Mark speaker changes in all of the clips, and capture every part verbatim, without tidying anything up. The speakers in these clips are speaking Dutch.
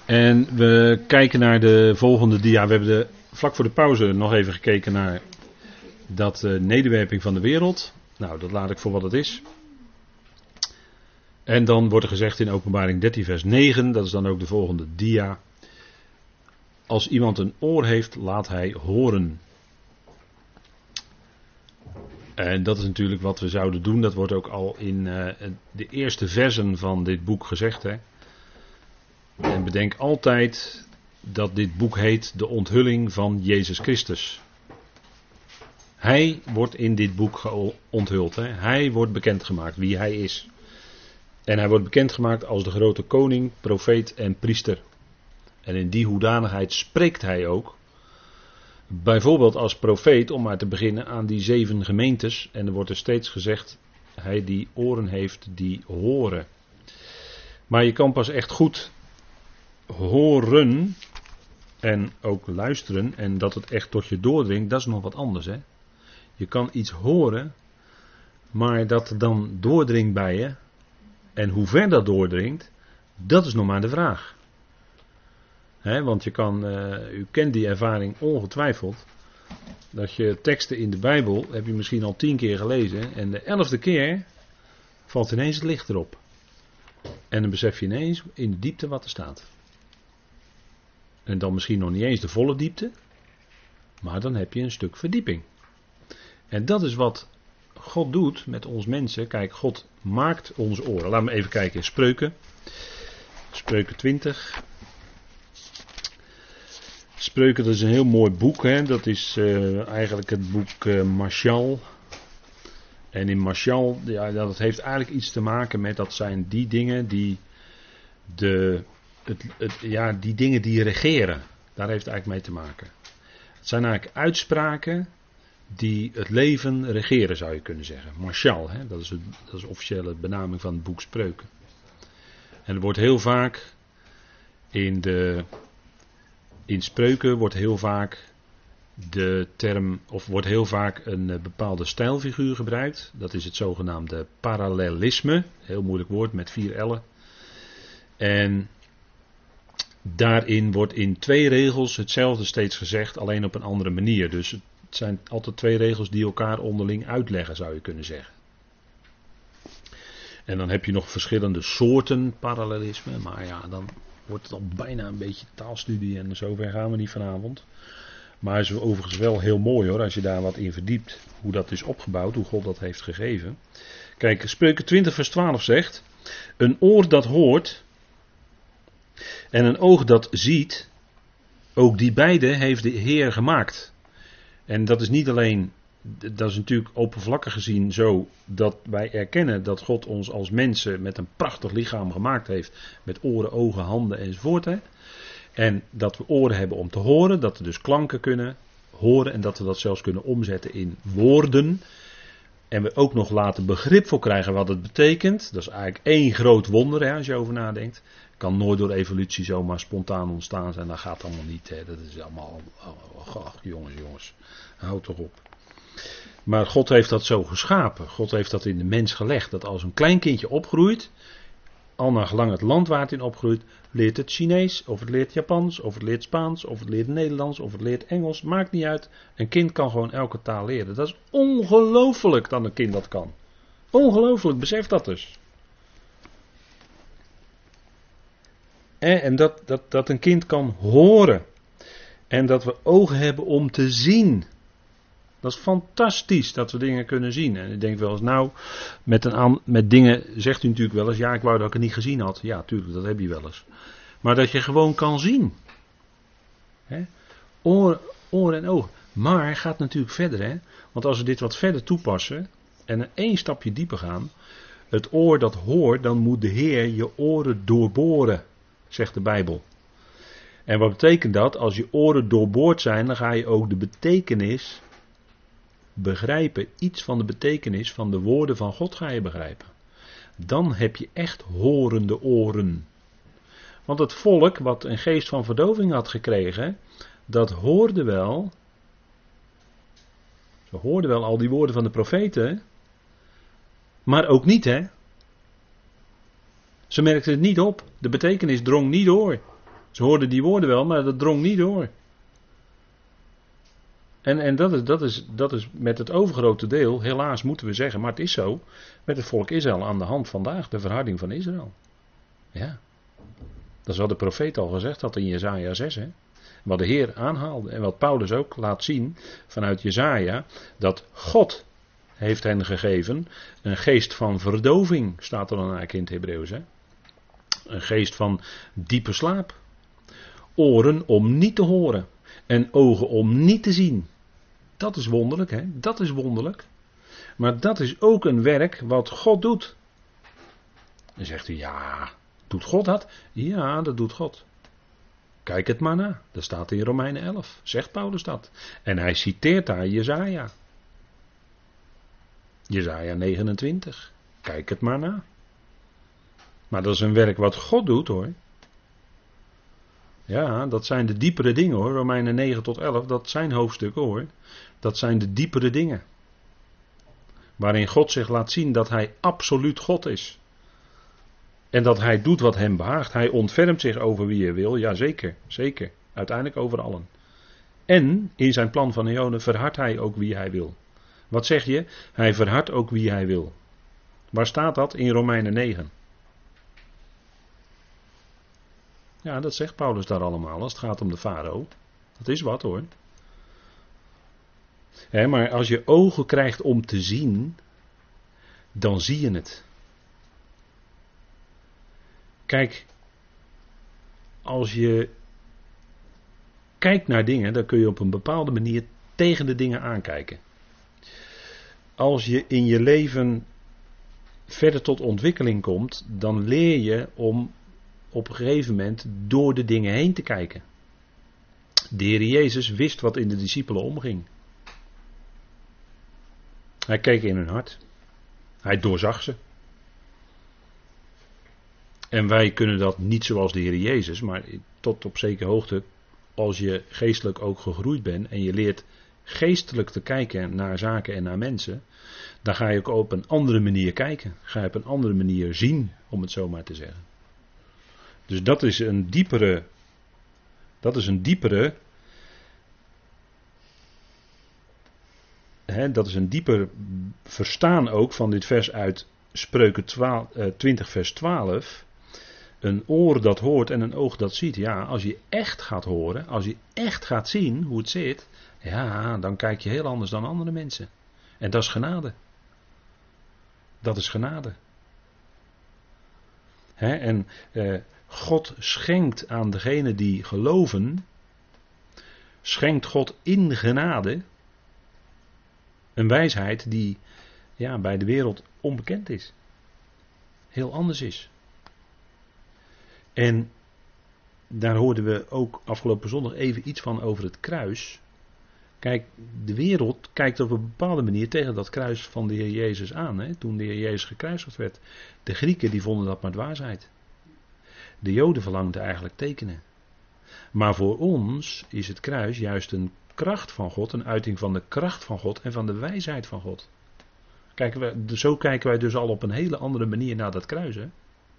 Speaker 1: En we kijken naar de volgende dia. We hebben de, vlak voor de pauze nog even gekeken naar dat uh, nederwerping van de wereld. Nou, dat laat ik voor wat het is. En dan wordt er gezegd in Openbaring dertien vers negen, dat is dan ook de volgende dia. Als iemand een oor heeft, laat hij horen. En dat is natuurlijk wat we zouden doen. Dat wordt ook al in uh, de eerste versen van dit boek gezegd. Hè? En bedenk altijd dat dit boek heet De Onthulling van Jezus Christus. Hij wordt in dit boek onthuld. Hè? Hij wordt bekendgemaakt wie hij is. En hij wordt bekendgemaakt als de grote koning, profeet en priester. En in die hoedanigheid spreekt hij ook. Bijvoorbeeld als profeet, om maar te beginnen, aan die zeven gemeentes. En er wordt er steeds gezegd, hij die oren heeft, die horen. Maar je kan pas echt goed horen en ook luisteren en dat het echt tot je doordringt, dat is nog wat anders. Hè? Je kan iets horen, maar dat het dan doordringt bij je. En hoe ver dat doordringt, dat is nog maar de vraag. He, want je kan, uh, u kent die ervaring ongetwijfeld, dat je teksten in de Bijbel, heb je misschien al tien keer gelezen, en de elfde keer valt ineens het licht erop. En dan besef je ineens in de diepte wat er staat. En dan misschien nog niet eens de volle diepte, maar dan heb je een stuk verdieping. En dat is wat God doet met ons mensen. Kijk, God maakt onze oren. Laten we even kijken in Spreuken. Spreuken twintig. Spreuken, dat is een heel mooi boek. Hè? Dat is uh, eigenlijk het boek uh, Martial. En in Martial, ja, dat heeft eigenlijk iets te maken met, dat zijn die dingen die de, het, het, ja, die dingen die regeren. Daar heeft het eigenlijk mee te maken. Het zijn eigenlijk uitspraken die het leven regeren, zou je kunnen zeggen. Martial, hè? Dat is het, dat is de officiële benaming van het boek Spreuken. En er wordt heel vaak in de in Spreuken wordt heel vaak de term, of wordt heel vaak een uh, bepaalde stijlfiguur gebruikt. Dat is het zogenaamde parallelisme. Heel moeilijk woord met vier L'en. En daarin wordt in twee regels hetzelfde steeds gezegd, alleen op een andere manier. Dus het zijn altijd twee regels die elkaar onderling uitleggen, zou je kunnen zeggen. En dan heb je nog verschillende soorten parallelisme, maar ja, dan wordt het al bijna een beetje taalstudie en zover gaan we niet vanavond. Maar het is overigens wel heel mooi hoor, als je daar wat in verdiept, hoe dat is opgebouwd, hoe God dat heeft gegeven. Kijk, Spreuken twintig vers twaalf zegt, een oor dat hoort en een oog dat ziet, ook die beide heeft de Heer gemaakt. En dat is niet alleen, dat is natuurlijk oppervlakkig gezien zo, dat wij erkennen dat God ons als mensen met een prachtig lichaam gemaakt heeft, met oren, ogen, handen enzovoort. Hè? En dat we oren hebben om te horen, dat we dus klanken kunnen horen en dat we dat zelfs kunnen omzetten in woorden. En we ook nog laten begrip voor krijgen wat het betekent. Dat is eigenlijk één groot wonder, hè, als je over nadenkt. Kan nooit door evolutie zomaar spontaan ontstaan zijn, dat gaat allemaal niet. Hè. Dat is allemaal, oh, oh, jongens, jongens, houd toch op. Maar God heeft dat zo geschapen. God heeft dat in de mens gelegd. Dat als een klein kindje opgroeit, al naar gelang het land waar het in opgroeit, leert het Chinees, of het leert Japans, of het leert Spaans, of het leert Nederlands, of het leert Engels. Maakt niet uit. Een kind kan gewoon elke taal leren. Dat is ongelooflijk dat een kind dat kan. Ongelooflijk, besef dat dus. En dat, dat, dat een kind kan horen. En dat we ogen hebben om te zien. Dat is fantastisch dat we dingen kunnen zien. En ik denk wel eens, nou, met, een aan, met dingen zegt u natuurlijk wel eens, ja, ik wou dat ik het niet gezien had. Ja, tuurlijk, dat heb je wel eens. Maar dat je gewoon kan zien. Hè? Oor, oor en oog. Maar gaat natuurlijk verder, hè. Want als we dit wat verder toepassen en een één stapje dieper gaan. Het oor dat hoort, dan moet de Heer je oren doorboren, zegt de Bijbel. En wat betekent dat? Als je oren doorboord zijn, dan ga je ook de betekenis begrijpen. Iets van de betekenis van de woorden van God ga je begrijpen. Dan heb je echt horende oren. Want het volk wat een geest van verdoving had gekregen, dat hoorde wel. Ze hoorden wel al die woorden van de profeten. Maar ook niet, hè. Ze merkten het niet op. De betekenis drong niet door. Ze hoorden die woorden wel, maar dat drong niet door. En, en dat, is, dat, is, dat is met het overgrote deel, helaas moeten we zeggen, maar het is zo, met het volk Israël aan de hand vandaag, de verharding van Israël. Ja. Dat is wat de profeet al gezegd had in Jesaja zes. Hè? Wat de Heer aanhaalde en wat Paulus ook laat zien vanuit Jesaja, dat God heeft hen gegeven een geest van verdoving, staat er dan eigenlijk in het Hebreeuws. Hè? Een geest van diepe slaap. Oren om niet te horen en ogen om niet te zien. Dat is wonderlijk, hè? Dat is wonderlijk. Maar dat is ook een werk wat God doet. Dan zegt u, ja, doet God dat? Ja, dat doet God. Kijk het maar na. Dat staat in Romeinen elf. Zegt Paulus dat. En hij citeert daar Jesaja. Jesaja negenentwintig. Kijk het maar na. Maar dat is een werk wat God doet, hoor. Ja, dat zijn de diepere dingen, hoor. Romeinen negen tot elf, dat zijn hoofdstukken, hoor. Dat zijn de diepere dingen. Waarin God zich laat zien dat hij absoluut God is. En dat hij doet wat hem behaagt. Hij ontfermt zich over wie hij wil. Ja, zeker. Zeker. Uiteindelijk over allen. En in zijn plan van eonen verhardt hij ook wie hij wil. Wat zeg je? Hij verhardt ook wie hij wil. Waar staat dat? In Romeinen negen. Ja, dat zegt Paulus daar allemaal als het gaat om de farao. Dat is wat, hoor. He, maar als je ogen krijgt om te zien, dan zie je het. Kijk, als je kijkt naar dingen, dan kun je op een bepaalde manier tegen de dingen aankijken. Als je in je leven verder tot ontwikkeling komt, dan leer je om op een gegeven moment door de dingen heen te kijken. De Heer Jezus wist wat in de discipelen omging. Hij keek in hun hart. Hij doorzag ze. En wij kunnen dat niet zoals de Heer Jezus, maar tot op zekere hoogte, als je geestelijk ook gegroeid bent en je leert geestelijk te kijken naar zaken en naar mensen, dan ga je ook op een andere manier kijken. Ga je op een andere manier zien, om het zo maar te zeggen. Dus dat is een diepere, dat is een diepere, hè, dat is een dieper verstaan ook van dit vers uit Spreuken twintig vers twaalf. Een oor dat hoort en een oog dat ziet. Ja, als je echt gaat horen, als je echt gaat zien hoe het zit, ja, dan kijk je heel anders dan andere mensen. En dat is genade. Dat is genade. Hè, en eh, God schenkt aan degenen die geloven, schenkt God in genade een wijsheid die ja, bij de wereld onbekend is. Heel anders is. En daar hoorden we ook afgelopen zondag even iets van over het kruis. Kijk, de wereld kijkt op een bepaalde manier tegen dat kruis van de Heer Jezus aan. Hè, toen de Heer Jezus gekruisigd werd. De Grieken die vonden dat maar dwaasheid. De Joden verlangden eigenlijk tekenen. Maar voor ons is het kruis juist een kracht van God. Een uiting van de kracht van God en van de wijsheid van God. Kijken we, zo kijken wij dus al op een hele andere manier naar dat kruis. Hè?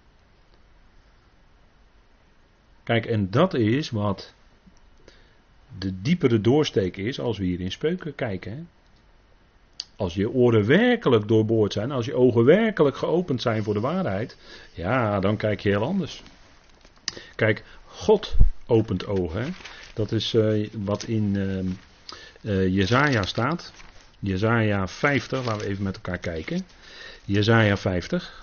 Speaker 1: Kijk, en dat is wat de diepere doorsteek is als we hier in Spreuken kijken. Hè? Als je oren werkelijk doorboord zijn, als je ogen werkelijk geopend zijn voor de waarheid, ja, dan kijk je heel anders. Kijk, God opent ogen. Hè? Dat is uh, wat in uh, uh, Jesaja staat. Jesaja vijftig, laten we even met elkaar kijken. Jesaja vijftig.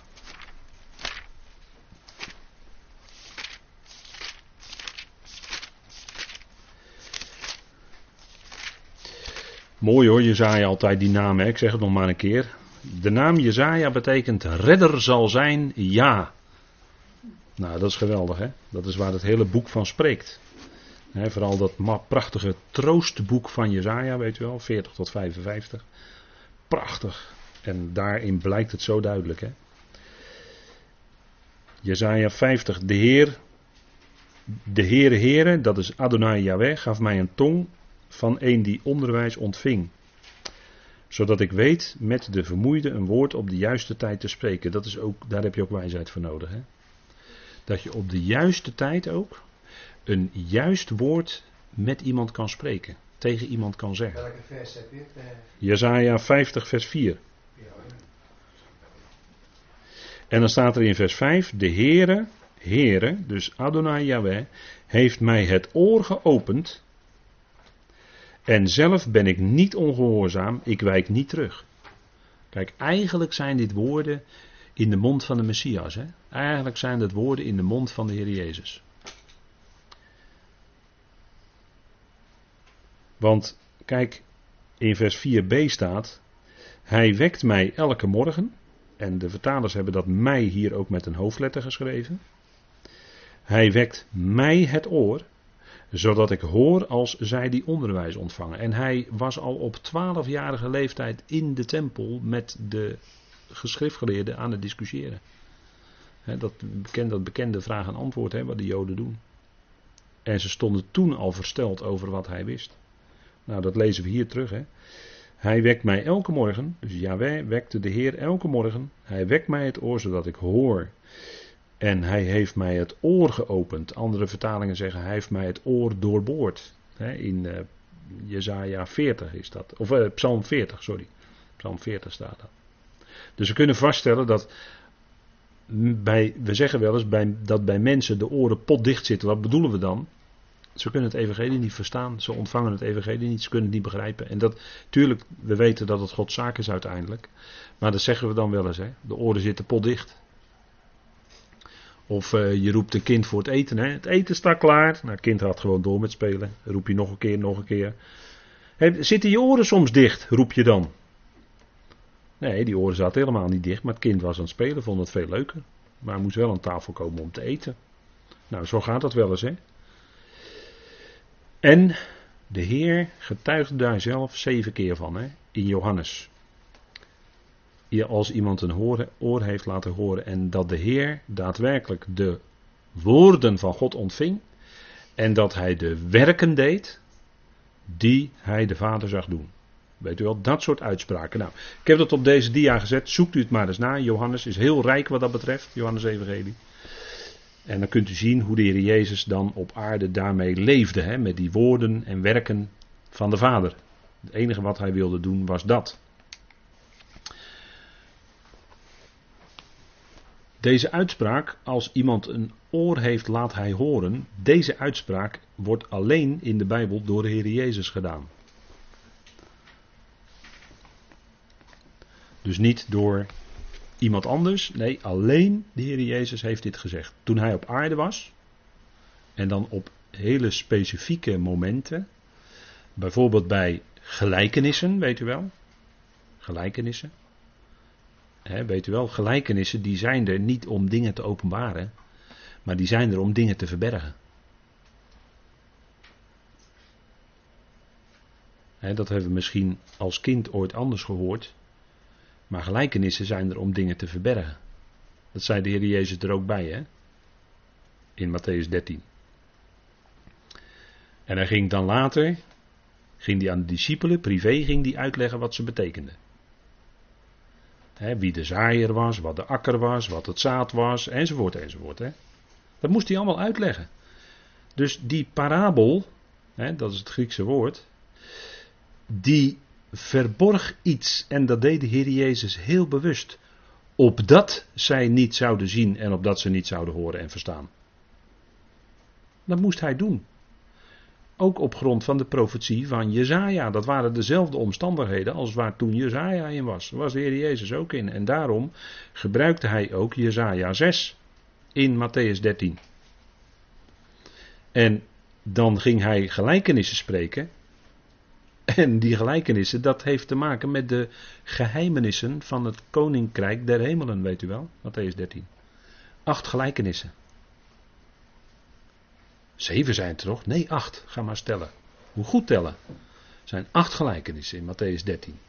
Speaker 1: Mooi hoor, Jesaja altijd die naam, hè? Ik zeg het nog maar een keer. De naam Jesaja betekent redder zal zijn, ja. Nou, dat is geweldig, hè. Dat is waar het hele boek van spreekt. He, vooral dat prachtige troostboek van Jesaja, weet u wel, veertig tot vijfenvijftig. Prachtig. En daarin blijkt het zo duidelijk, hè. Jesaja vijftig, de Heer, de Heere Heere, dat is Adonai Yahweh, gaf mij een tong van een die onderwijs ontving. Zodat ik weet met de vermoeide een woord op de juiste tijd te spreken. Dat is ook, daar heb je ook wijsheid voor nodig, hè. Dat je op de juiste tijd ook een juist woord met iemand kan spreken. Tegen iemand kan zeggen.
Speaker 2: Welke vers heb je? Uh...
Speaker 1: Jesaja vijftig vers vier.
Speaker 2: Ja.
Speaker 1: En dan staat er in vers vijf. De Heere, Heere, dus Adonai Yahweh, heeft mij het oor geopend. En zelf ben ik niet ongehoorzaam, ik wijk niet terug. Kijk, eigenlijk zijn dit woorden in de mond van de Messias. Hè? Eigenlijk zijn dit woorden in de mond van de Heer Jezus. Want, kijk, in vers vier b staat, hij wekt mij elke morgen. En de vertalers hebben dat mij hier ook met een hoofdletter geschreven. Hij wekt mij het oor, zodat ik hoor als zij die onderwijs ontvangen. En hij was al op twaalfjarige leeftijd in de tempel met de geschriftgeleerden aan het discussiëren. He, dat, bekende, dat bekende vraag en antwoord, he, wat de Joden doen. En ze stonden toen al versteld over wat hij wist. Nou, dat lezen we hier terug. He. Hij wekt mij elke morgen, dus Yahweh wekte de Heer elke morgen. Hij wekt mij het oor, zodat ik hoor. En hij heeft mij het oor geopend. Andere vertalingen zeggen, hij heeft mij het oor doorboord. He, in uh, Jesaja veertig is dat. Of uh, Psalm veertig, sorry. Psalm veertig staat dat. Dus we kunnen vaststellen dat bij, we zeggen wel eens bij, dat bij mensen de oren potdicht zitten. Wat bedoelen we dan? Ze kunnen het evangelie niet verstaan. Ze ontvangen het evangelie niet. Ze kunnen het niet begrijpen. En dat, tuurlijk, we weten dat het Gods zaak is uiteindelijk. Maar dat zeggen we dan wel eens. Hè? De oren zitten potdicht. Of uh, je roept een kind voor het eten. Hè? Het eten staat klaar. Nou, het kind gaat gewoon door met spelen. Dan roep je nog een keer, nog een keer. He, zitten je oren soms dicht, roep je dan. Nee, die oren zaten helemaal niet dicht. Maar het kind was aan het spelen, vond het veel leuker. Maar hij moest wel aan tafel komen om te eten. Nou, zo gaat dat wel eens, hè. En de Heer getuigde daar zelf zeven keer van, hè, in Johannes. Als iemand een oor heeft laten horen en dat de Heer daadwerkelijk de woorden van God ontving en dat hij de werken deed die hij de Vader zag doen. Weet u wel, dat soort uitspraken. Nou, ik heb dat op deze dia gezet, zoekt u het maar eens na. Johannes is heel rijk wat dat betreft, Johannes Evangelie. En dan kunt u zien hoe de Heer Jezus dan op aarde daarmee leefde, hè, met die woorden en werken van de Vader. Het enige wat hij wilde doen was dat. Deze uitspraak, als iemand een oor heeft, laat hij horen. Deze uitspraak wordt alleen in de Bijbel door de Heer Jezus gedaan. Dus niet door iemand anders. Nee, alleen de Heer Jezus heeft dit gezegd. Toen hij op aarde was. En dan op hele specifieke momenten. Bijvoorbeeld bij gelijkenissen, weet u wel. Gelijkenissen. He, weet u wel, gelijkenissen die zijn er niet om dingen te openbaren. Maar die zijn er om dingen te verbergen. He, dat hebben we misschien als kind ooit anders gehoord. Maar gelijkenissen zijn er om dingen te verbergen. Dat zei de Heer Jezus er ook bij, hè? In Mattheüs dertien. En hij ging dan later, ging hij aan de discipelen, privé, ging hij uitleggen wat ze betekenden. He, wie de zaaier was, wat de akker was, wat het zaad was, enzovoort, enzovoort. He. Dat moest hij allemaal uitleggen. Dus die parabel, he, dat is het Griekse woord, die verborg iets, en dat deed de Heer Jezus heel bewust, opdat zij niet zouden zien en opdat ze niet zouden horen en verstaan. Dat moest hij doen. Ook op grond van de profetie van Jesaja. Dat waren dezelfde omstandigheden als waar toen Jesaja in was. Daar was de Heer Jezus ook in. En daarom gebruikte hij ook Jesaja zes in Mattheüs dertien. En dan ging hij gelijkenissen spreken. En die gelijkenissen, dat heeft te maken met de geheimenissen van het koninkrijk der hemelen, weet u wel. Mattheüs dertien. Acht gelijkenissen. Zeven zijn het er toch? Nee, acht. Ga maar tellen. Hoe goed tellen. Er zijn acht gelijkenissen in Mattheüs dertien.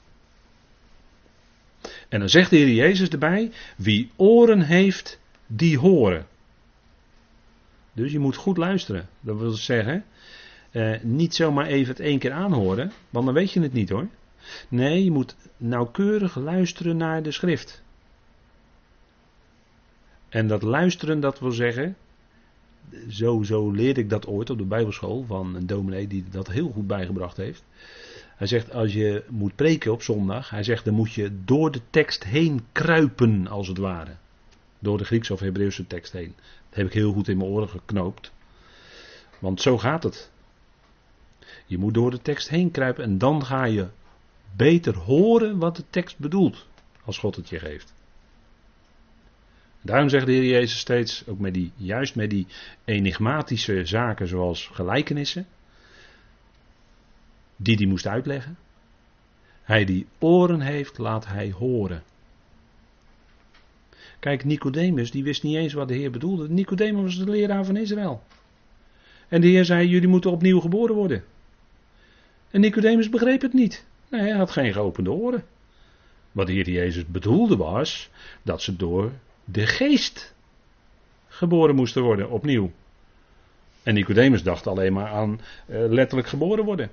Speaker 1: En dan zegt de Heer Jezus erbij, wie oren heeft, die horen. Dus je moet goed luisteren. Dat wil zeggen, eh, niet zomaar even het één keer aanhoren, want dan weet je het niet hoor. Nee, je moet nauwkeurig luisteren naar de schrift. En dat luisteren, dat wil zeggen, zo, zo leerde ik dat ooit op de Bijbelschool van een dominee die dat heel goed bijgebracht heeft. Hij zegt, als je moet preken op zondag, hij zegt, dan moet je door de tekst heen kruipen, als het ware. Door de Griekse of Hebreeuwse tekst heen. Dat heb ik heel goed in mijn oren geknoopt. Want zo gaat het. Je moet door de tekst heen kruipen en dan ga je beter horen wat de tekst bedoelt, als God het je geeft. Daarom zegt de Heer Jezus steeds, ook met die, juist met die enigmatische zaken zoals gelijkenissen, die hij moest uitleggen. Hij die oren heeft, laat hij horen. Kijk, Nicodemus, die wist niet eens wat de Heer bedoelde. Nicodemus was de leraar van Israël. En de Heer zei, jullie moeten opnieuw geboren worden. En Nicodemus begreep het niet. Nee, hij had geen geopende oren. Wat de Heer Jezus bedoelde was, dat ze door de geest geboren moesten worden, opnieuw. En Nicodemus dacht alleen maar aan uh, letterlijk geboren worden.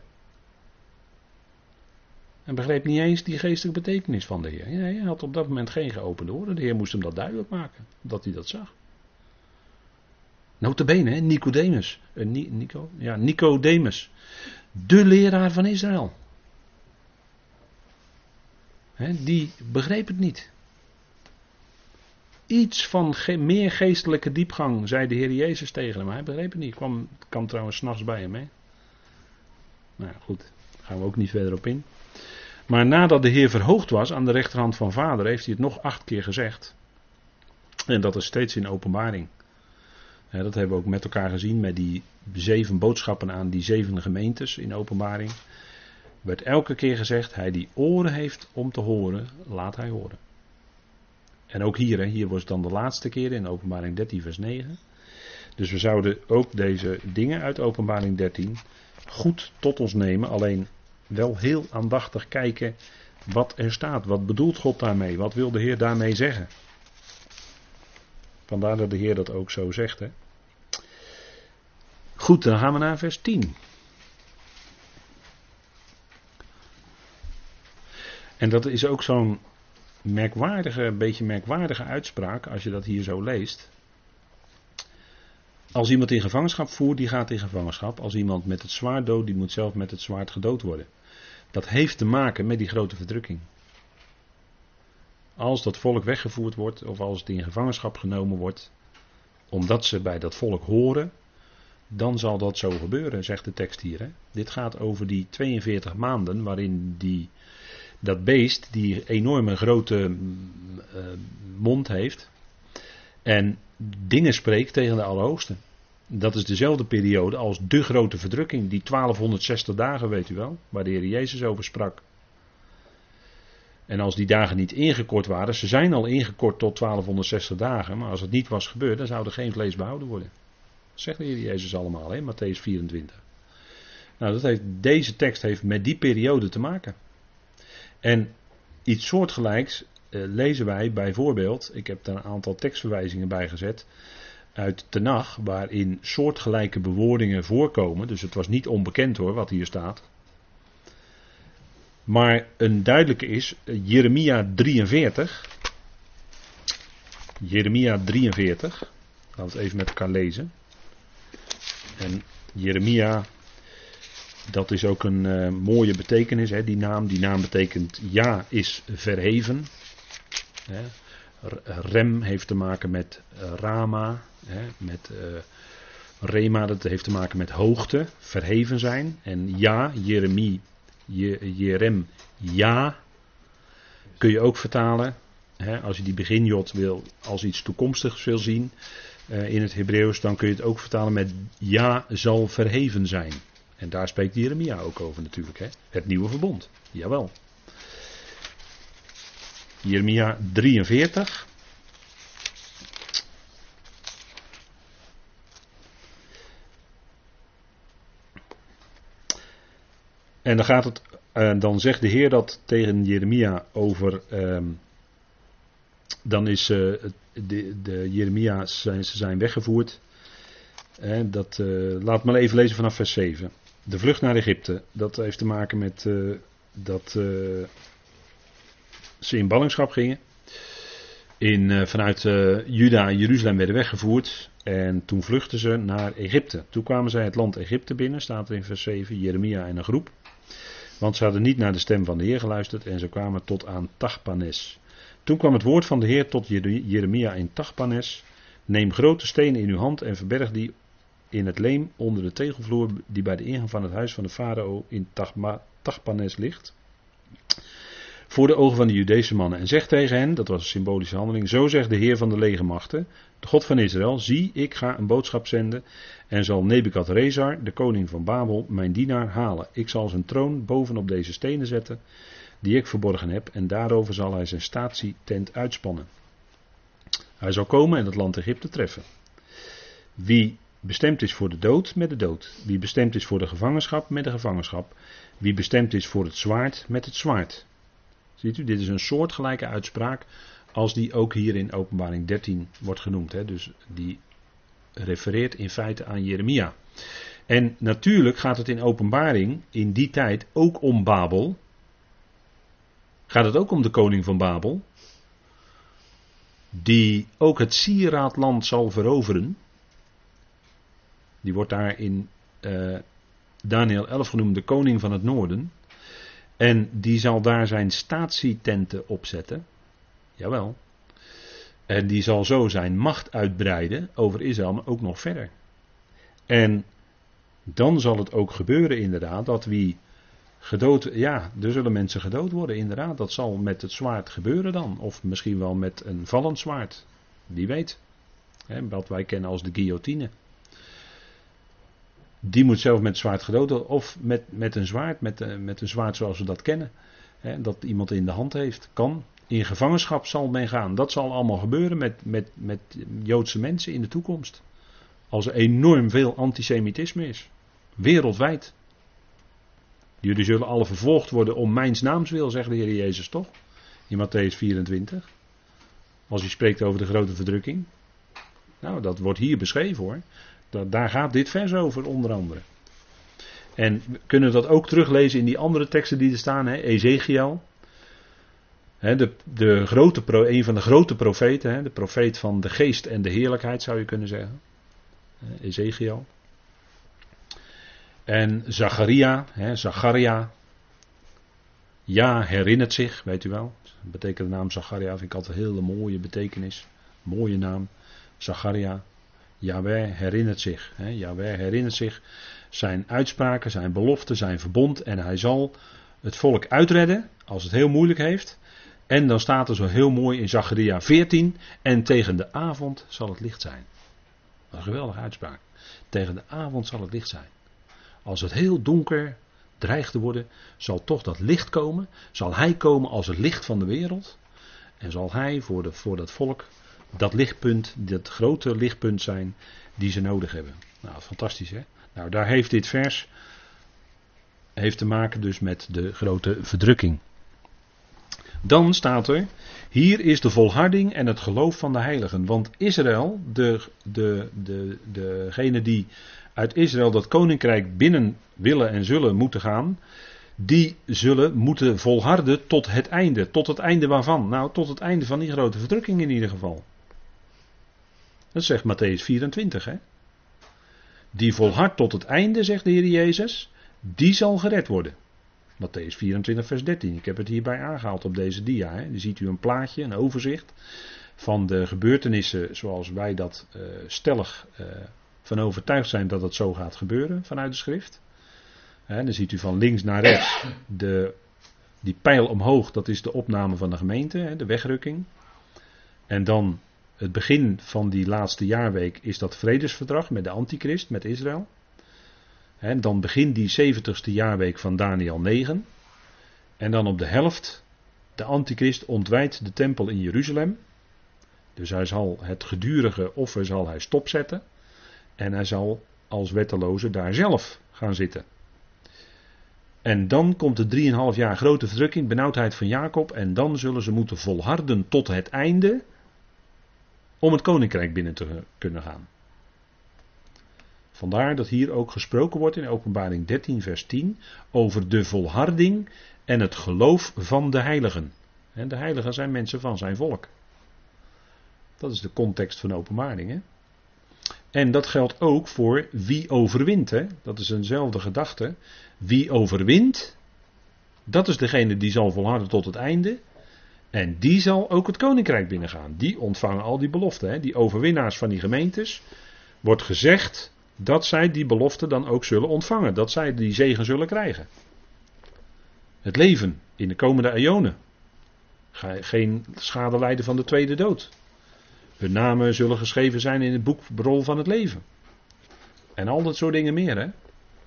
Speaker 1: En begreep niet eens die geestelijke betekenis van de Heer. Ja, hij had op dat moment geen geopende oren. De Heer moest hem dat duidelijk maken, dat hij dat zag. Notabene, hè, Nicodemus. Uh, Nico, ja, Nicodemus. De leraar van Israël. Hè, die begreep het niet. Iets van ge- meer geestelijke diepgang, zei de Heer Jezus tegen hem. Hij begreep het niet. Ik kwam, kwam trouwens 's nachts bij hem. Hè. Nou goed, daar gaan we ook niet verder op in. Maar nadat de Heer verhoogd was aan de rechterhand van Vader, heeft hij het nog acht keer gezegd. En dat is steeds in openbaring. Ja, dat hebben we ook met elkaar gezien met die zeven boodschappen aan die zeven gemeentes in openbaring. Werd elke keer gezegd, hij die oren heeft om te horen, laat hij horen. En ook hier, hè, hier was het dan de laatste keer in openbaring dertien vers negen. Dus we zouden ook deze dingen uit openbaring dertien goed tot ons nemen. Alleen wel heel aandachtig kijken wat er staat. Wat bedoelt God daarmee? Wat wil de Heer daarmee zeggen? Vandaar dat de Heer dat ook zo zegt. Hè? Goed, dan gaan we naar vers tien. En dat is ook zo'n merkwaardige, beetje merkwaardige uitspraak als je dat hier zo leest. Als iemand in gevangenschap voert, die gaat in gevangenschap. Als iemand met het zwaard doodt, die moet zelf met het zwaard gedood worden. Dat heeft te maken met die grote verdrukking. Als dat volk weggevoerd wordt, of als het in gevangenschap genomen wordt, omdat ze bij dat volk horen, dan zal dat zo gebeuren, zegt de tekst hier. Hè? Dit gaat over die tweeënveertig maanden waarin die, dat beest die enorme grote uh, mond heeft en dingen spreekt tegen de Allerhoogste. Dat is dezelfde periode als de grote verdrukking, die twaalfhonderdzestig dagen, weet u wel, waar de Heer Jezus over sprak. En als die dagen niet ingekort waren, ze zijn al ingekort tot twaalfhonderdzestig dagen, maar als het niet was gebeurd, dan zou er geen vlees behouden worden. Dat zegt de Heer Jezus allemaal, hè, Mattheüs vierentwintig. Nou, dat heeft, deze tekst heeft met die periode te maken. En iets soortgelijks uh, lezen wij bijvoorbeeld, ik heb daar een aantal tekstverwijzingen bij gezet, uit Tenach, waarin soortgelijke bewoordingen voorkomen. Dus het was niet onbekend hoor, wat hier staat. Maar een duidelijke is, Jeremia drieënveertig. Jeremia drieënveertig. Laten we het even met elkaar lezen. En Jeremia, dat is ook een uh, mooie betekenis, hè, die naam. Die naam betekent ja is verheven. Hè. Rem heeft te maken met uh, Rama, hè, met uh, Rema, dat heeft te maken met hoogte, verheven zijn. En ja, Jeremie, Je, Jerem, ja, kun je ook vertalen, hè, als je die beginjot wil, als iets toekomstigs wil zien uh, in het Hebreeuws, dan kun je het ook vertalen met ja zal verheven zijn. En daar spreekt Jeremia ook over natuurlijk, hè, het nieuwe verbond, jawel. Jeremia drieënveertig. En dan gaat het, uh, dan zegt de Heer dat tegen Jeremia over, um, dan is uh, de, de Jeremia's zijn, ze zijn weggevoerd. En dat, uh, laat maar even lezen vanaf vers zeven. De vlucht naar Egypte, dat heeft te maken met uh, dat uh, ze in ballingschap gingen. in, uh, vanuit uh, Juda en Jeruzalem werden weggevoerd. En toen vluchtten ze naar Egypte. Toen kwamen zij het land Egypte binnen, staat er in vers zeven, Jeremia en een groep. Want ze hadden niet naar de stem van de Heer geluisterd en ze kwamen tot aan Tachpanes. Toen kwam het woord van de Heer tot Jeremia in Tachpanes. Neem grote stenen in uw hand en verberg die in het leem onder de tegelvloer die bij de ingang van het huis van de farao in Tachpanes ligt. Voor de ogen van de Judese mannen. En zeg tegen hen, dat was een symbolische handeling, zo zegt de Heer van de legermachten, de God van Israël, zie, ik ga een boodschap zenden en zal Nebukadrezar, de koning van Babel, mijn dienaar halen. Ik zal zijn troon bovenop deze stenen zetten, die ik verborgen heb, en daarover zal hij zijn statietent uitspannen. Hij zal komen en het land Egypte treffen. Wie bestemd is voor de dood, met de dood. Wie bestemd is voor de gevangenschap, met de gevangenschap. Wie bestemd is voor het zwaard, met het zwaard. Ziet u, dit is een soortgelijke uitspraak als die ook hier in Openbaring dertien wordt genoemd. Hè? Dus die refereert in feite aan Jeremia. En natuurlijk gaat het in Openbaring in die tijd ook om Babel. Gaat het ook om de koning van Babel. Die ook het sieraadland zal veroveren. Die wordt daar in uh, Daniel elf genoemd de koning van het noorden. En die zal daar zijn statietenten opzetten. Jawel. En die zal zo zijn macht uitbreiden over Israël, maar ook nog verder. En dan zal het ook gebeuren inderdaad dat wie gedood... Ja, er zullen mensen gedood worden inderdaad. Dat zal met het zwaard gebeuren dan. Of misschien wel met een vallend zwaard. Wie weet. Hè, wat wij kennen als de guillotine. Die moet zelf met het zwaard gedood worden. Of met, met een zwaard, met, met een zwaard zoals we dat kennen. Hè, dat iemand in de hand heeft. Kan. In gevangenschap zal men gaan. Dat zal allemaal gebeuren met, met, met Joodse mensen in de toekomst. Als er enorm veel antisemitisme is. Wereldwijd. Jullie zullen alle vervolgd worden om mijns naams wil, zegt de Heer Jezus toch? In Matthäus vierentwintig. Als hij spreekt over de grote verdrukking. Nou, dat wordt hier beschreven hoor. Dat, daar gaat dit vers over onder andere. En we kunnen dat ook teruglezen in die andere teksten die er staan. Hè? Ezekiel. Hè, de, de grote, een van de grote profeten. Hè? De profeet van de geest en de heerlijkheid zou je kunnen zeggen. Ezekiel. En Zacharia, hè, Zacharia. Ja, herinnert zich, weet u wel. Dat betekent de naam Zacharia, vind ik altijd een hele mooie betekenis. Mooie naam. Zacharia. Yahweh herinnert zich. Hè. Yahweh herinnert zich zijn uitspraken, zijn beloften, zijn verbond. En hij zal het volk uitredden als het heel moeilijk heeft. En dan staat er zo heel mooi in Zacharia veertien. En tegen de avond zal het licht zijn. Een geweldige uitspraak. Tegen de avond zal het licht zijn. Als het heel donker dreigt te worden, zal toch dat licht komen. Zal hij komen als het licht van de wereld. En zal hij voor, de, voor dat volk dat lichtpunt, dat grote lichtpunt zijn die ze nodig hebben. Nou, fantastisch hè. Nou, daar heeft dit vers heeft te maken dus met de grote verdrukking. Dan staat er, hier is de volharding en het geloof van de heiligen. Want Israël, de, de, de, degene die uit Israël dat koninkrijk binnen willen en zullen moeten gaan, die zullen moeten volharden tot het einde. Tot het einde waarvan? Nou, tot het einde van die grote verdrukking in ieder geval. Dat zegt Matthäus vierentwintig, hè. Die volhardt tot het einde, zegt de Heer Jezus, die zal gered worden. Matthäus vierentwintig vers dertien. Ik heb het hierbij aangehaald op deze dia. Hè. Dan ziet u een plaatje, een overzicht van de gebeurtenissen zoals wij dat uh, stellig uh, van overtuigd zijn dat het zo gaat gebeuren vanuit de schrift. Hè, dan ziet u van links naar rechts de, die pijl omhoog, dat is de opname van de gemeente, hè, de wegrukking. En dan het begin van die laatste jaarweek is dat vredesverdrag met de antichrist, met Israël. En dan begint die zeventigste jaarweek van Daniel negen. En dan op de helft, de antichrist ontwijdt de tempel in Jeruzalem. Dus hij zal het gedurige offer zal hij stopzetten. En hij zal als wetteloze daar zelf gaan zitten. En dan komt de drieënhalf jaar grote verdrukking, benauwdheid van Jacob. En dan zullen ze moeten volharden tot het einde om het koninkrijk binnen te kunnen gaan. Vandaar dat hier ook gesproken wordt in Openbaring dertien vers tien over de volharding en het geloof van de heiligen. En de heiligen zijn mensen van zijn volk. Dat is de context van Openbaring. Hè? En dat geldt ook voor wie overwint. Hè? Dat is eenzelfde gedachte. Wie overwint, dat is degene die zal volharden tot het einde. En die zal ook het koninkrijk binnengaan. Die ontvangen al die beloften. Hè? Die overwinnaars van die gemeentes, wordt gezegd dat zij die beloften dan ook zullen ontvangen. Dat zij die zegen zullen krijgen. Het leven in de komende eonen. Geen schade lijden van de tweede dood. Hun namen zullen geschreven zijn in het boekrol van het leven. En al dat soort dingen meer. Hè?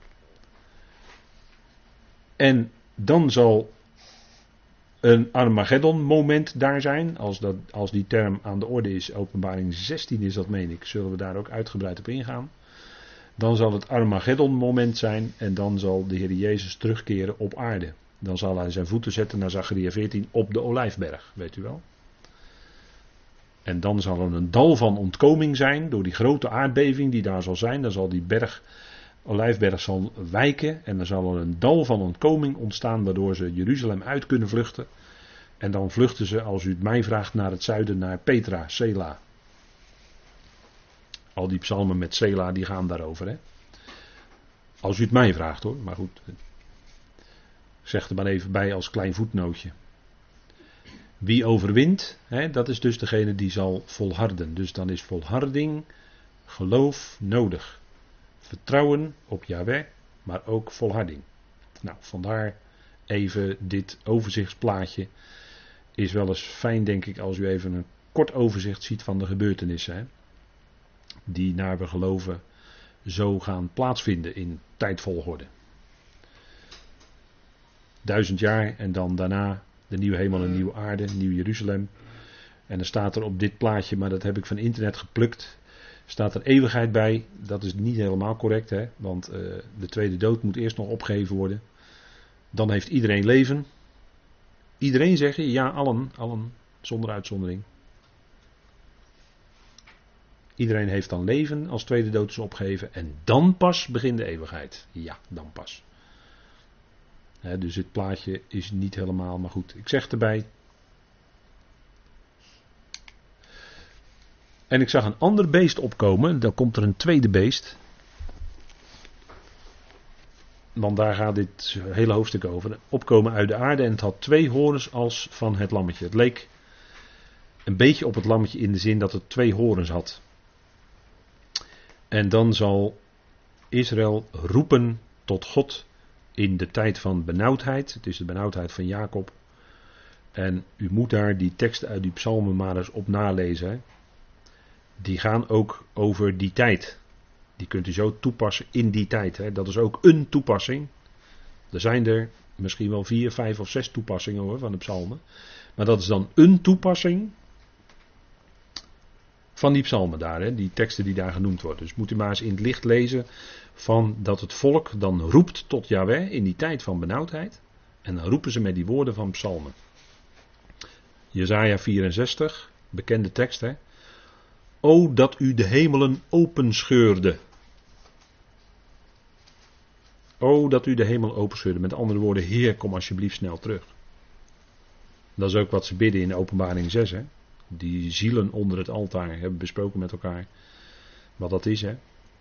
Speaker 1: En dan zal een Armageddon moment daar zijn. Als, dat, als die term aan de orde is. Openbaring zestien is dat, meen ik. Zullen we daar ook uitgebreid op ingaan. Dan zal het Armageddon moment zijn. En dan zal de Heer Jezus terugkeren op aarde. Dan zal hij zijn voeten zetten naar Zacharia veertien op de Olijfberg. Weet u wel. En dan zal er een dal van ontkoming zijn. Door die grote aardbeving die daar zal zijn. Dan zal die berg, Olijfberg zal wijken. En dan zal er een dal van ontkoming ontstaan. Waardoor ze Jeruzalem uit kunnen vluchten. En dan vluchten ze, als u het mij vraagt, naar het zuiden. Naar Petra, Sela. Al die psalmen met Sela die gaan daarover. Hè? Als u het mij vraagt hoor. Maar goed. Zeg er maar even bij als klein voetnootje. Wie overwint, hè, dat is dus degene die zal volharden. Dus dan is volharding, geloof nodig. Vertrouwen op Yahweh, maar ook volharding. Nou, vandaar even dit overzichtsplaatje. Is wel eens fijn, denk ik, als u even een kort overzicht ziet van de gebeurtenissen. Hè, die naar we geloven zo gaan plaatsvinden in tijdvolgorde. Duizend jaar en dan daarna de nieuwe hemel en nieuwe aarde, nieuw Jeruzalem. En dan staat er op dit plaatje, maar dat heb ik van internet geplukt, staat er eeuwigheid bij. Dat is niet helemaal correct, hè? Want uh, de tweede dood moet eerst nog opgeheven worden. Dan heeft iedereen leven. Iedereen zeggen, ja, allen, allen, zonder uitzondering. Iedereen heeft dan leven als tweede dood is opgeheven. En dan pas begint de eeuwigheid. Ja, dan pas. He, dus dit plaatje is niet helemaal, maar goed. Ik zeg erbij. En ik zag een ander beest opkomen. Dan komt er een tweede beest. Want daar gaat dit hele hoofdstuk over. Opkomen uit de aarde. En het had twee horens als van het lammetje. Het leek een beetje op het lammetje in de zin dat het twee horens had. En dan zal Israël roepen tot God in de tijd van benauwdheid. Het is de benauwdheid van Jacob. En u moet daar die teksten uit die psalmen maar eens op nalezen. Hè. Die gaan ook over die tijd. Die kunt u zo toepassen in die tijd. Hè. Dat is ook een toepassing. Er zijn er misschien wel vier, vijf of zes toepassingen hoor, van de psalmen. Maar dat is dan een toepassing van die psalmen daar. Hè. Die teksten die daar genoemd worden. Dus moet u maar eens in het licht lezen van dat het volk dan roept tot Yahweh in die tijd van benauwdheid. En dan roepen ze met die woorden van psalmen. Jesaja vierenzestig, bekende tekst hè. O dat u de hemelen openscheurde. O dat u de hemel openscheurde. Met andere woorden, Heer, kom alsjeblieft snel terug. Dat is ook wat ze bidden in Openbaring zes. Hè. Die zielen onder het altaar hebben besproken met elkaar. Wat dat is hè.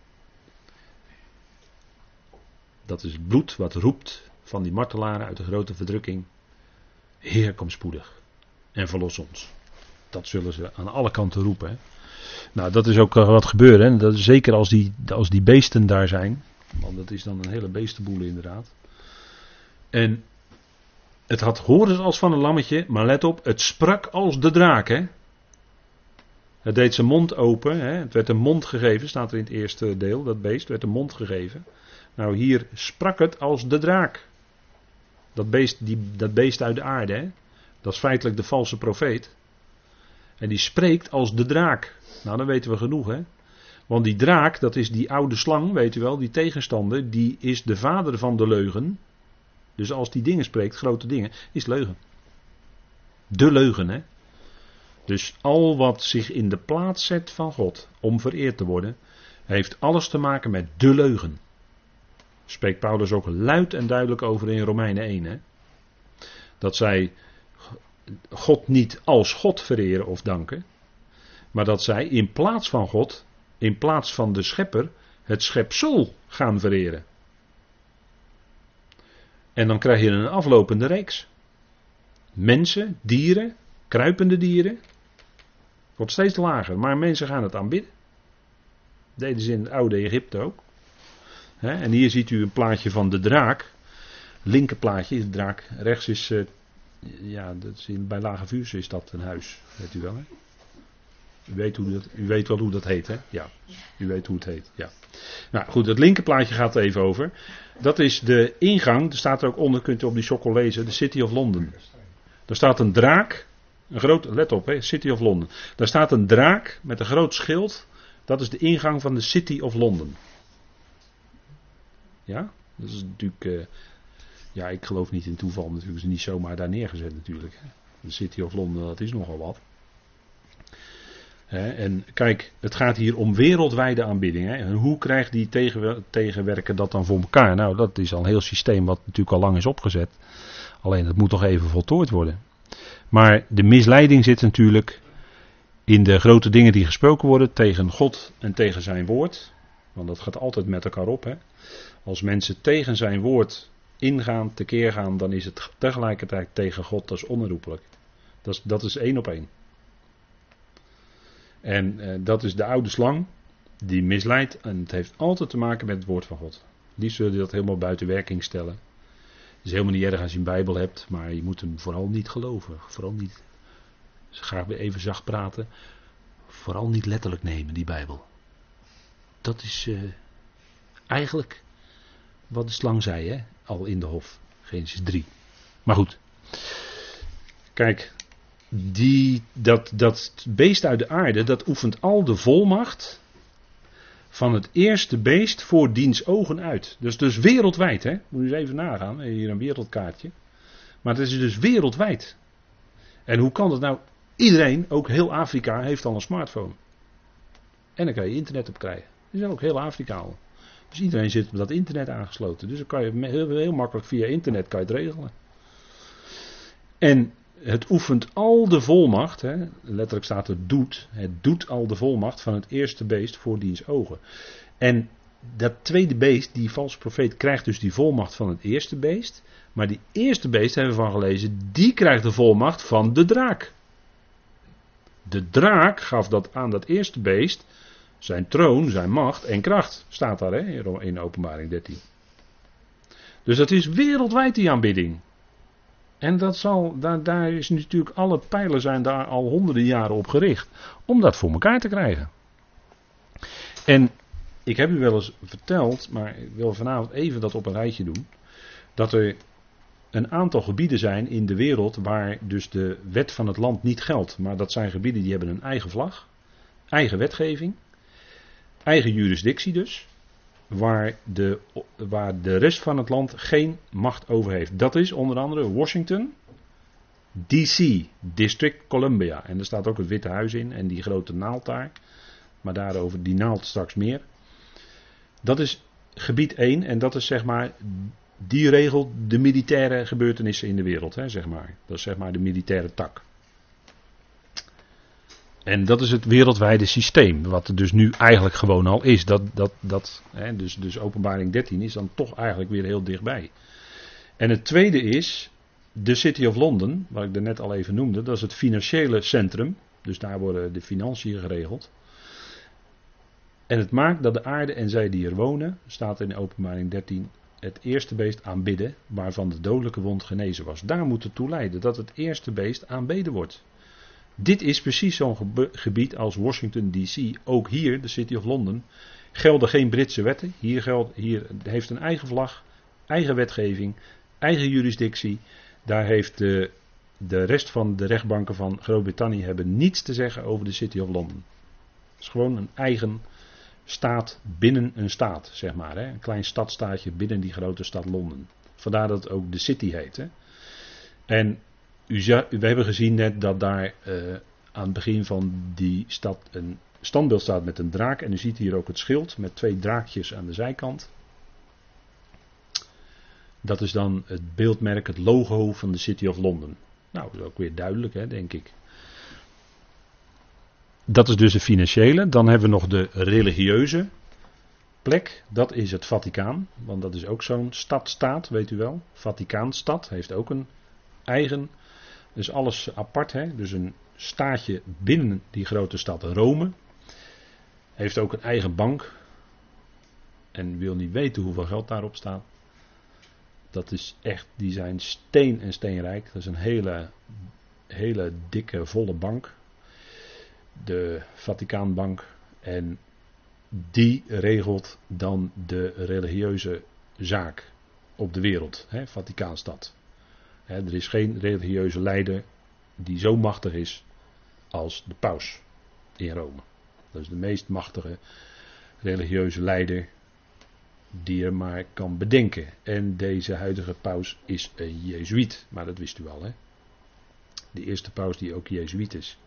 Speaker 1: Dat is het bloed wat roept van die martelaren uit de grote verdrukking. Heer, kom spoedig en verlos ons. Dat zullen ze aan alle kanten roepen. Hè. Nou, dat is ook wat gebeurt. Hè. Dat is zeker als die, als die beesten daar zijn. Want dat is dan een hele beestenboel inderdaad. En het had horens als van een lammetje. Maar let op, het sprak als de draak. Hè. Het deed zijn mond open. Hè. Het werd een mond gegeven. Staat er in het eerste deel. Dat beest werd een mond gegeven. Nou, hier sprak het als de draak. Dat beest, die, dat beest uit de aarde, hè? Dat is feitelijk de valse profeet. En die spreekt als de draak. Nou, dan weten we genoeg, hè? Want die draak, dat is die oude slang, weet u wel, die tegenstander, die is de vader van de leugen. Dus als die dingen spreekt, grote dingen, is leugen. De leugen, hè? Dus al wat zich in de plaats zet van God om vereerd te worden, heeft alles te maken met de leugen. Spreekt Paulus ook luid en duidelijk over in Romeinen één. Hè? Dat zij God niet als God vereren of danken. Maar dat zij in plaats van God, in plaats van de schepper, het schepsel gaan vereren. En dan krijg je een aflopende reeks. Mensen, dieren, kruipende dieren. Wordt steeds lager, maar mensen gaan het aanbidden. Dat deden ze in het oude Egypte ook. He, en hier ziet u een plaatje van de draak. Linker plaatje is de draak. Rechts is, uh, ja, dat is in, bij Lage Vuursche is dat een huis. Weet u wel, hè? U weet, hoe dat, u weet wel hoe dat heet, hè? Ja, u weet hoe het heet, ja. Nou goed, het linker plaatje gaat er even over. Dat is de ingang, er staat er ook onder, kunt u op die sokkel lezen, de City of London. Daar staat een draak, een groot, let op, hè, City of London. Daar staat een draak met een groot schild, dat is de ingang van de City of London. Ja, dat is natuurlijk, uh, ja, ik geloof niet in toeval, natuurlijk is het niet zomaar daar neergezet natuurlijk. Hè. De City of London, dat is nogal wat. He, en kijk, het gaat hier om wereldwijde aanbidding. He. En hoe krijgt die tegen, tegenwerker dat dan voor elkaar? Nou, dat is al een heel systeem wat natuurlijk al lang is opgezet. Alleen dat moet toch even voltooid worden. Maar de misleiding zit natuurlijk in de grote dingen die gesproken worden tegen God en tegen zijn woord. Want dat gaat altijd met elkaar op. He. Als mensen tegen zijn woord ingaan, tekeer gaan, dan is het tegelijkertijd tegen God. Dat is onherroepelijk. Dat is, dat is één op één. En uh, dat is de oude slang die misleidt en het heeft altijd te maken met het woord van God. Liefst wil je dat helemaal buiten werking stellen. Het is helemaal niet erg als je een Bijbel hebt, maar je moet hem vooral niet geloven. Vooral niet, dus ga ik weer even zacht praten, vooral niet letterlijk nemen die Bijbel. Dat is uh, eigenlijk wat de slang zei, hè? Al in de hof, Genesis drie. Maar goed, kijk... Die, dat, dat beest uit de aarde, dat oefent al de volmacht van het eerste beest voor diens ogen uit. Dus, dus wereldwijd, hè? Moet je eens even nagaan, hier een wereldkaartje. Maar het is dus wereldwijd. En hoe kan dat nou? Iedereen, ook heel Afrika, heeft al een smartphone. En dan kan je internet op krijgen. Dat is ook heel Afrika al. Dus iedereen zit op dat internet aangesloten. Dus dan kan je heel, heel makkelijk via internet kan je het regelen. En het oefent al de volmacht, hè, letterlijk staat er doet, het doet al de volmacht van het eerste beest voor diens ogen. En dat tweede beest, die valse profeet, krijgt dus die volmacht van het eerste beest. Maar die eerste beest, hebben we van gelezen, die krijgt de volmacht van de draak. De draak gaf dat aan dat eerste beest, zijn troon, zijn macht en kracht. Staat daar, hè, in Openbaring dertien. Dus dat is wereldwijd die aanbidding. En dat zal, daar, daar is natuurlijk, alle pijlen zijn daar al honderden jaren op gericht. Om dat voor elkaar te krijgen. En ik heb u wel eens verteld, maar ik wil vanavond even dat op een rijtje doen. Dat er een aantal gebieden zijn in de wereld waar dus de wet van het land niet geldt. Maar dat zijn gebieden die hebben een eigen vlag, eigen wetgeving, eigen jurisdictie dus. Waar de, waar de rest van het land geen macht over heeft. Dat is onder andere Washington, D C, District Columbia. En er staat ook het Witte Huis in en die grote naald daar. Maar daarover die naald straks meer. Dat is gebied één en dat is zeg maar, die regelt de militaire gebeurtenissen in de wereld. Hè, zeg maar. Dat is zeg maar de militaire tak. En dat is het wereldwijde systeem, wat er dus nu eigenlijk gewoon al is. Dat, dat, dat, hè, dus, dus Openbaring dertien is dan toch eigenlijk weer heel dichtbij. En het tweede is de City of London, wat ik daarnet al even noemde. Dat is het financiële centrum, dus daar worden de financiën geregeld. En het maakt dat de aarde en zij die er wonen, staat in Openbaring dertien, het eerste beest aanbidden, waarvan de dodelijke wond genezen was. Daar moet het toe leiden, dat het eerste beest aanbeden wordt. Dit is precies zo'n gebe- gebied als Washington D C. Ook hier, de City of London, gelden geen Britse wetten. Hier, geldt, hier heeft een eigen vlag, eigen wetgeving, eigen jurisdictie. Daar heeft de, de rest van de rechtbanken van Groot-Brittannië hebben niets te zeggen over de City of London. Het is gewoon een eigen staat binnen een staat, zeg maar. Hè? Een klein stadstaatje binnen die grote stad Londen. Vandaar dat het ook de City heet. Hè? En U, we hebben gezien net dat daar uh, aan het begin van die stad een standbeeld staat met een draak. En u ziet hier ook het schild met twee draakjes aan de zijkant. Dat is dan het beeldmerk, het logo van de City of London. Nou, dat is ook weer duidelijk, hè, denk ik. dat is dus de financiële. Dan hebben we nog de religieuze plek. Dat is het Vaticaan. Want dat is ook zo'n stadstaat, weet u wel. Vaticaanstad heeft ook een eigen. Dus alles apart. Hè? Dus een staatje binnen die grote stad Rome. Heeft ook een eigen bank. En wil niet weten hoeveel geld daarop staat. Dat is echt, die zijn steen en steenrijk. Dat is een hele, hele dikke, volle bank. De Vaticaanbank. En die regelt dan de religieuze zaak op de wereld. Hè, Vaticaanstad. Hè, er is geen religieuze leider die zo machtig is als de paus in Rome. Dat is de meest machtige religieuze leider die je maar kan bedenken. En deze huidige paus is een Jezuïet. Maar dat wist u al, hè. De eerste paus die ook Jezuïet is.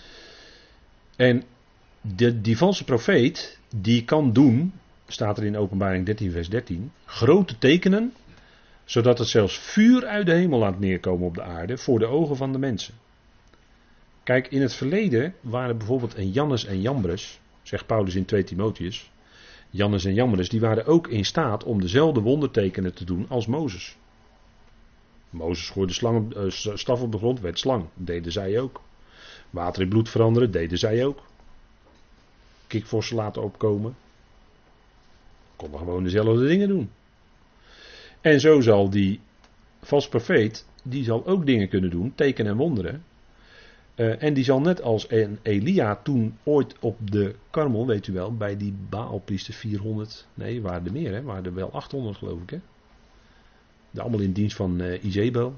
Speaker 1: En de, die valse profeet, die kan doen, staat er in Openbaring dertien vers dertien, grote tekenen, zodat het zelfs vuur uit de hemel laat neerkomen op de aarde, voor de ogen van de mensen. Kijk, in het verleden waren bijvoorbeeld een Jannes en Jambres, zegt Paulus in twee Timotheus, Jannes en Jambres, die waren ook in staat om dezelfde wondertekenen te doen als Mozes. Mozes gooide slang, uh, staf op de grond, werd slang. Dat deden zij ook. Water in bloed veranderen, deden zij ook. Kikvorsen laten opkomen. Konden gewoon dezelfde dingen doen. En zo zal die valse profeet, die zal ook dingen kunnen doen, tekenen en wonderen. Uh, en die zal net als een Elia toen ooit op de Karmel, weet u wel, bij die Baalpriester vierhonderd, nee, waren er meer, hè, waren er wel achthonderd geloof ik, hè. Allemaal in dienst van uh, Izebel.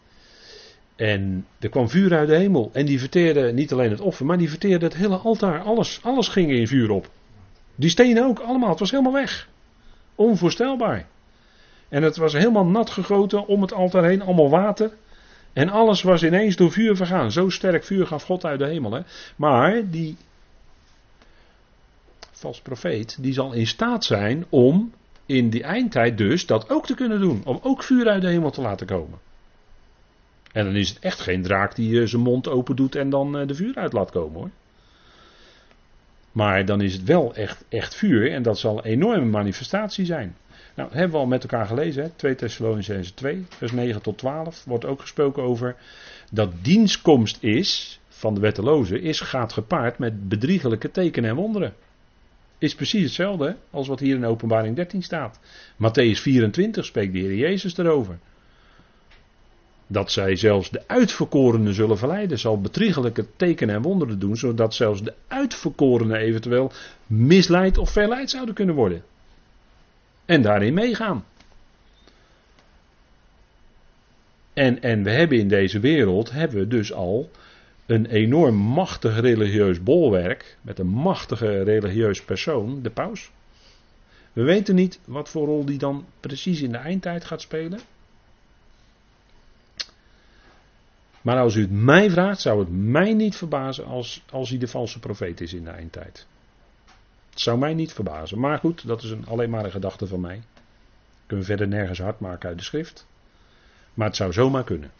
Speaker 1: En er kwam vuur uit de hemel. En die verteerde niet alleen het offer, maar die verteerde het hele altaar. Alles, alles ging in vuur op. Die stenen ook, allemaal. Het was helemaal weg. Onvoorstelbaar. En het was helemaal nat gegoten om het altaar heen. Allemaal water. En alles was ineens door vuur vergaan. Zo sterk vuur gaf God uit de hemel. Hè? Maar die valse profeet, die zal in staat zijn om in die eindtijd dus dat ook te kunnen doen. Om ook vuur uit de hemel te laten komen. En dan is het echt geen draak die uh, zijn mond open doet en dan uh, de vuur uit laat komen, hoor. Maar dan is het wel echt, echt vuur en dat zal een enorme manifestatie zijn. Nou, hebben we al met elkaar gelezen, hè? twee Thessalonicenzen twee, vers negen tot twaalf, wordt ook gesproken over dat dienstkomst is, van de wetteloze, is, gaat gepaard met bedriegelijke tekenen en wonderen. Is precies hetzelfde, hè, als wat hier in Openbaring dertien staat. Matthäus vierentwintig spreekt de Heer Jezus erover. Dat zij zelfs de uitverkorenen zullen verleiden. Zal bedriegelijke tekenen en wonderen doen. Zodat zelfs de uitverkorenen eventueel misleid of verleid zouden kunnen worden. En daarin meegaan. En, en we hebben in deze wereld. Hebben we dus al een enorm machtig religieus bolwerk. Met een machtige religieus persoon. De paus. We weten niet wat voor rol die dan precies in de eindtijd gaat spelen. Maar als u het mij vraagt, zou het mij niet verbazen als, als hij de valse profeet is in de eindtijd. Het zou mij niet verbazen. Maar goed, dat is een, alleen maar een gedachte van mij. Kunnen we verder nergens hard maken uit de schrift. Maar het zou zomaar kunnen.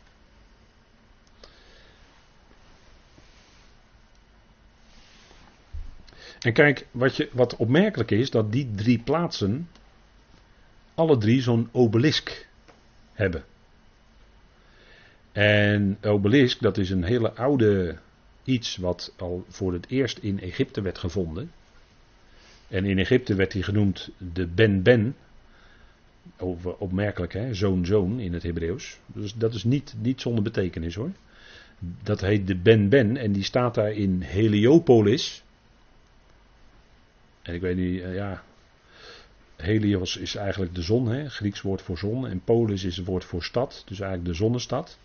Speaker 1: En kijk, wat, je, wat opmerkelijk is, dat die drie plaatsen alle drie zo'n obelisk hebben. En obelisk, dat is een hele oude iets wat al voor het eerst in Egypte werd gevonden. En in Egypte werd hij genoemd de Ben-Ben. Opmerkelijk, hè? Zoon-zoon in het Hebreeuws. Dus dat is niet, niet zonder betekenis, hoor. Dat heet de Ben-Ben en die staat daar in Heliopolis. En ik weet niet, ja... Helios is eigenlijk de zon, hè? Grieks woord voor zon. En polis is het woord voor stad, dus eigenlijk de zonnestad.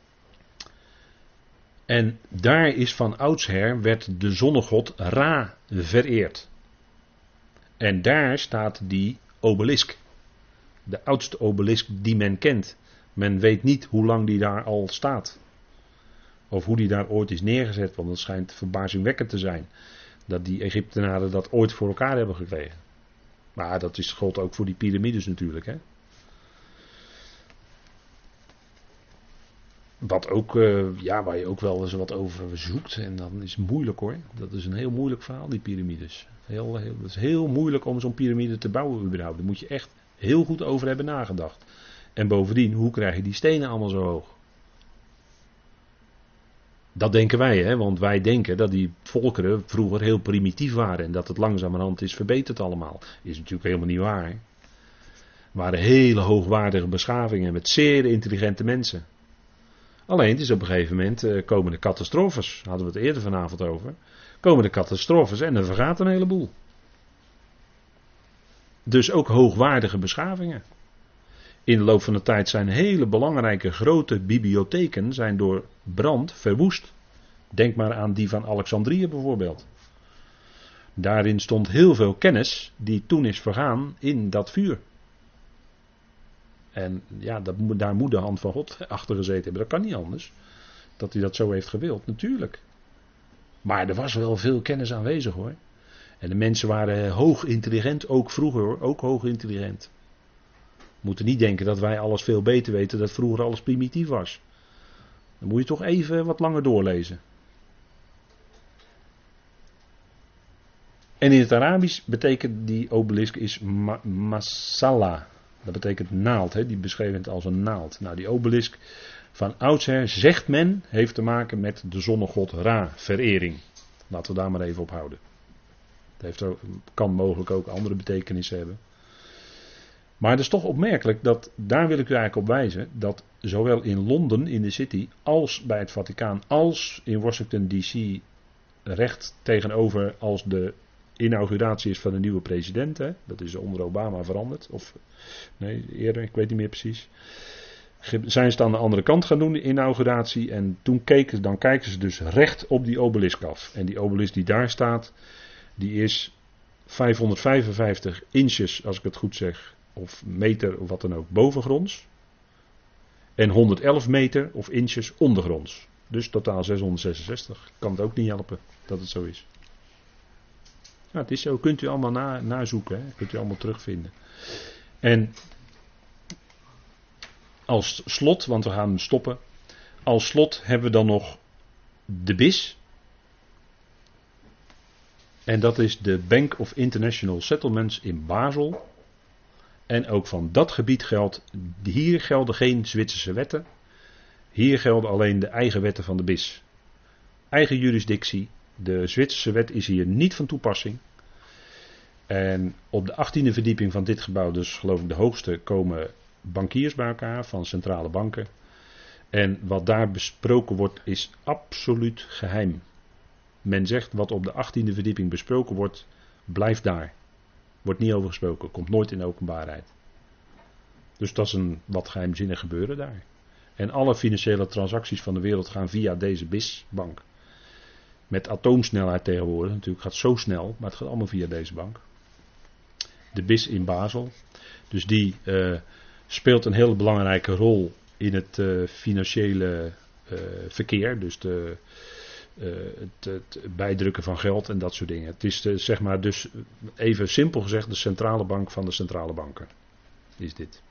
Speaker 1: En daar is van oudsher, werd de zonnegod Ra vereerd. En daar staat die obelisk. De oudste obelisk die men kent. Men weet niet hoe lang die daar al staat. Of hoe die daar ooit is neergezet, want het schijnt verbazingwekkend te zijn. Dat die Egyptenaren dat ooit voor elkaar hebben gekregen. Maar dat is gold ook voor die piramides natuurlijk, hè. Wat ook, uh, ja, waar je ook wel eens wat over zoekt. En dan is het moeilijk hoor. Dat is een heel moeilijk verhaal, die piramides. Heel, heel, het is heel moeilijk om zo'n piramide te bouwen überhaupt. Daar moet je echt heel goed over hebben nagedacht. En bovendien, hoe krijg je die stenen allemaal zo hoog? Dat denken wij, hè? Want wij denken dat die volkeren vroeger heel primitief waren. En dat het langzamerhand is verbeterd allemaal. Is natuurlijk helemaal niet waar. Hè? Waren hele hoogwaardige beschavingen met zeer intelligente mensen. Alleen het is op een gegeven moment uh, komen de catastrofes. Hadden we het eerder vanavond over. Komen de catastrofes en er vergaat een heleboel. Dus ook hoogwaardige beschavingen. In de loop van de tijd zijn hele belangrijke grote bibliotheken zijn door brand verwoest. Denk maar aan die van Alexandrië bijvoorbeeld. Daarin stond heel veel kennis die toen is vergaan in dat vuur. En ja, dat, daar moet de hand van God achter gezeten hebben. Dat kan niet anders. Dat hij dat zo heeft gewild, natuurlijk. Maar er was wel veel kennis aanwezig hoor. En de mensen waren hoog intelligent, ook vroeger hoor, ook hoog intelligent. We moeten niet denken dat wij alles veel beter weten, dat vroeger alles primitief was. Dan moet je toch even wat langer doorlezen. En in het Arabisch betekent die obelisk is ma- masala. Dat betekent naald, hè? Die beschreven het als een naald. Nou, die obelisk van oudsher, zegt men, heeft te maken met de zonnegod Ra, verering. Laten we daar maar even op houden. Het heeft ook, kan mogelijk ook andere betekenissen hebben. Maar het is toch opmerkelijk dat, daar wil ik u eigenlijk op wijzen, dat zowel in Londen, in de City, als bij het Vaticaan, als in Washington D C, recht tegenover als de inauguratie is van de nieuwe president, hè, dat is onder Obama veranderd, of nee, eerder, ik weet niet meer precies, zijn ze het aan de andere kant gaan doen, de inauguratie, en toen keken, dan kijken ze dus recht op die obelisk af. En die obelisk die daar staat, die is vijfhonderdvijfenvijftig inches, als ik het goed zeg, of meter of wat dan ook, bovengronds. En honderd elf meter of inches ondergronds. Dus totaal zeshonderdzesenzestig. Kan het ook niet helpen dat het zo is. Ja, het is zo, kunt u allemaal na, nazoeken, hè? Kunt u allemaal terugvinden. En als slot, want we gaan hem stoppen. Als slot hebben we dan nog de B I S. En dat is de Bank of International Settlements in Basel. En ook van dat gebied geldt, hier gelden geen Zwitserse wetten. Hier gelden alleen de eigen wetten van de B I S. Eigen jurisdictie. De Zwitserse wet is hier niet van toepassing. En op de achttiende verdieping van dit gebouw, dus geloof ik de hoogste, komen bankiers bij elkaar van centrale banken. En wat daar besproken wordt is absoluut geheim. Men zegt wat op de achttiende verdieping besproken wordt, blijft daar. Wordt niet over gesproken, komt nooit in de openbaarheid. Dus dat is een wat geheimzinnig gebeuren daar. En alle financiële transacties van de wereld gaan via deze B I S-bank. Met atoomsnelheid tegenwoordig, natuurlijk gaat het zo snel, maar het gaat allemaal via deze bank. De B I S in Basel. Dus die uh, speelt een heel belangrijke rol in het uh, financiële uh, verkeer. Dus de, uh, het, het bijdrukken van geld en dat soort dingen. Het is de, zeg maar dus even simpel gezegd de centrale bank van de centrale banken. Is dit.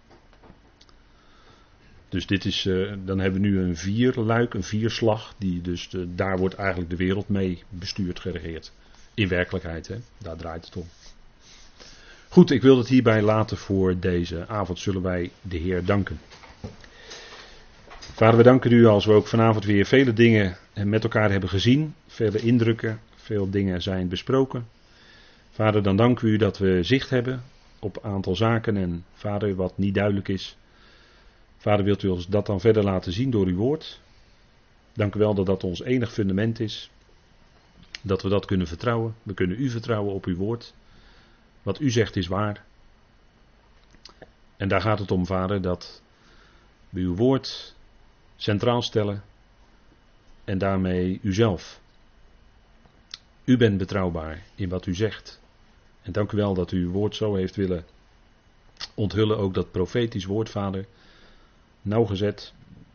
Speaker 1: Dus dit is, uh, dan hebben we nu een vierluik, een vierslag. Die dus de, daar wordt eigenlijk de wereld mee bestuurd, geregeerd. In werkelijkheid, hè? Daar draait het om. Goed, ik wil het hierbij laten voor deze avond. Zullen wij de Heer danken. Vader, we danken u als we ook vanavond weer vele dingen met elkaar hebben gezien. Vele indrukken, veel dingen zijn besproken. Vader, dan danken we u dat we zicht hebben op een aantal zaken. En vader, wat niet duidelijk is. Vader, wilt u ons dat dan verder laten zien door uw woord. Dank u wel dat dat ons enig fundament is. Dat we dat kunnen vertrouwen. We kunnen u vertrouwen op uw woord. Wat u zegt is waar. En daar gaat het om, vader, dat we uw woord centraal stellen. En daarmee uzelf. U bent betrouwbaar in wat u zegt. En dank u wel dat u uw woord zo heeft willen onthullen. Ook dat profetisch woord, vader. Nauwgezet.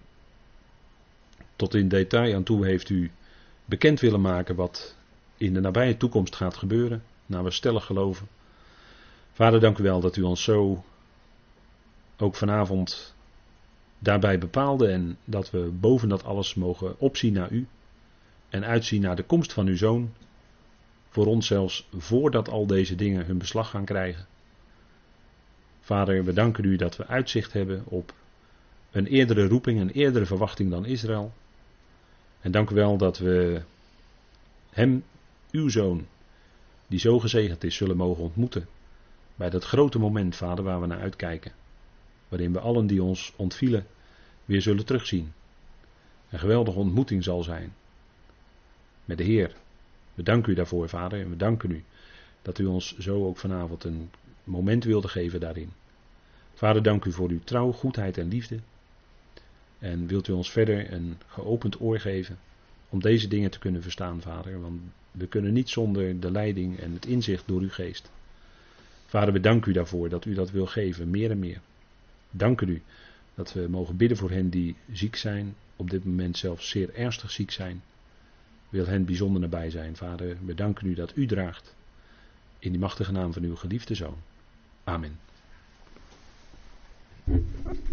Speaker 1: Tot in detail aan toe heeft u bekend willen maken wat in de nabije toekomst gaat gebeuren. Naar we stellig geloven. Vader, dank u wel dat u ons zo ook vanavond daarbij bepaalde en dat we boven dat alles mogen opzien naar u en uitzien naar de komst van uw Zoon, voor ons zelfs voordat al deze dingen hun beslag gaan krijgen. Vader, we danken u dat we uitzicht hebben op een eerdere roeping, een eerdere verwachting dan Israël. En dank u wel dat we hem, uw Zoon, die zo gezegend is, zullen mogen ontmoeten. Bij dat grote moment, Vader, waar we naar uitkijken. Waarin we allen die ons ontvielen weer zullen terugzien. Een geweldige ontmoeting zal zijn met de Heer. We danken u daarvoor, Vader, en we danken u dat u ons zo ook vanavond een moment wilde geven daarin. Vader, dank u voor uw trouw, goedheid en liefde. En wilt u ons verder een geopend oor geven om deze dingen te kunnen verstaan, Vader. Want we kunnen niet zonder de leiding en het inzicht door uw geest. Vader, we danken u daarvoor dat u dat wil geven, meer en meer. Dank u dat we mogen bidden voor hen die ziek zijn, op dit moment zelfs zeer ernstig ziek zijn. Wil hen bijzonder nabij zijn, Vader. We danken u dat u draagt in die machtige naam van uw geliefde Zoon. Amen.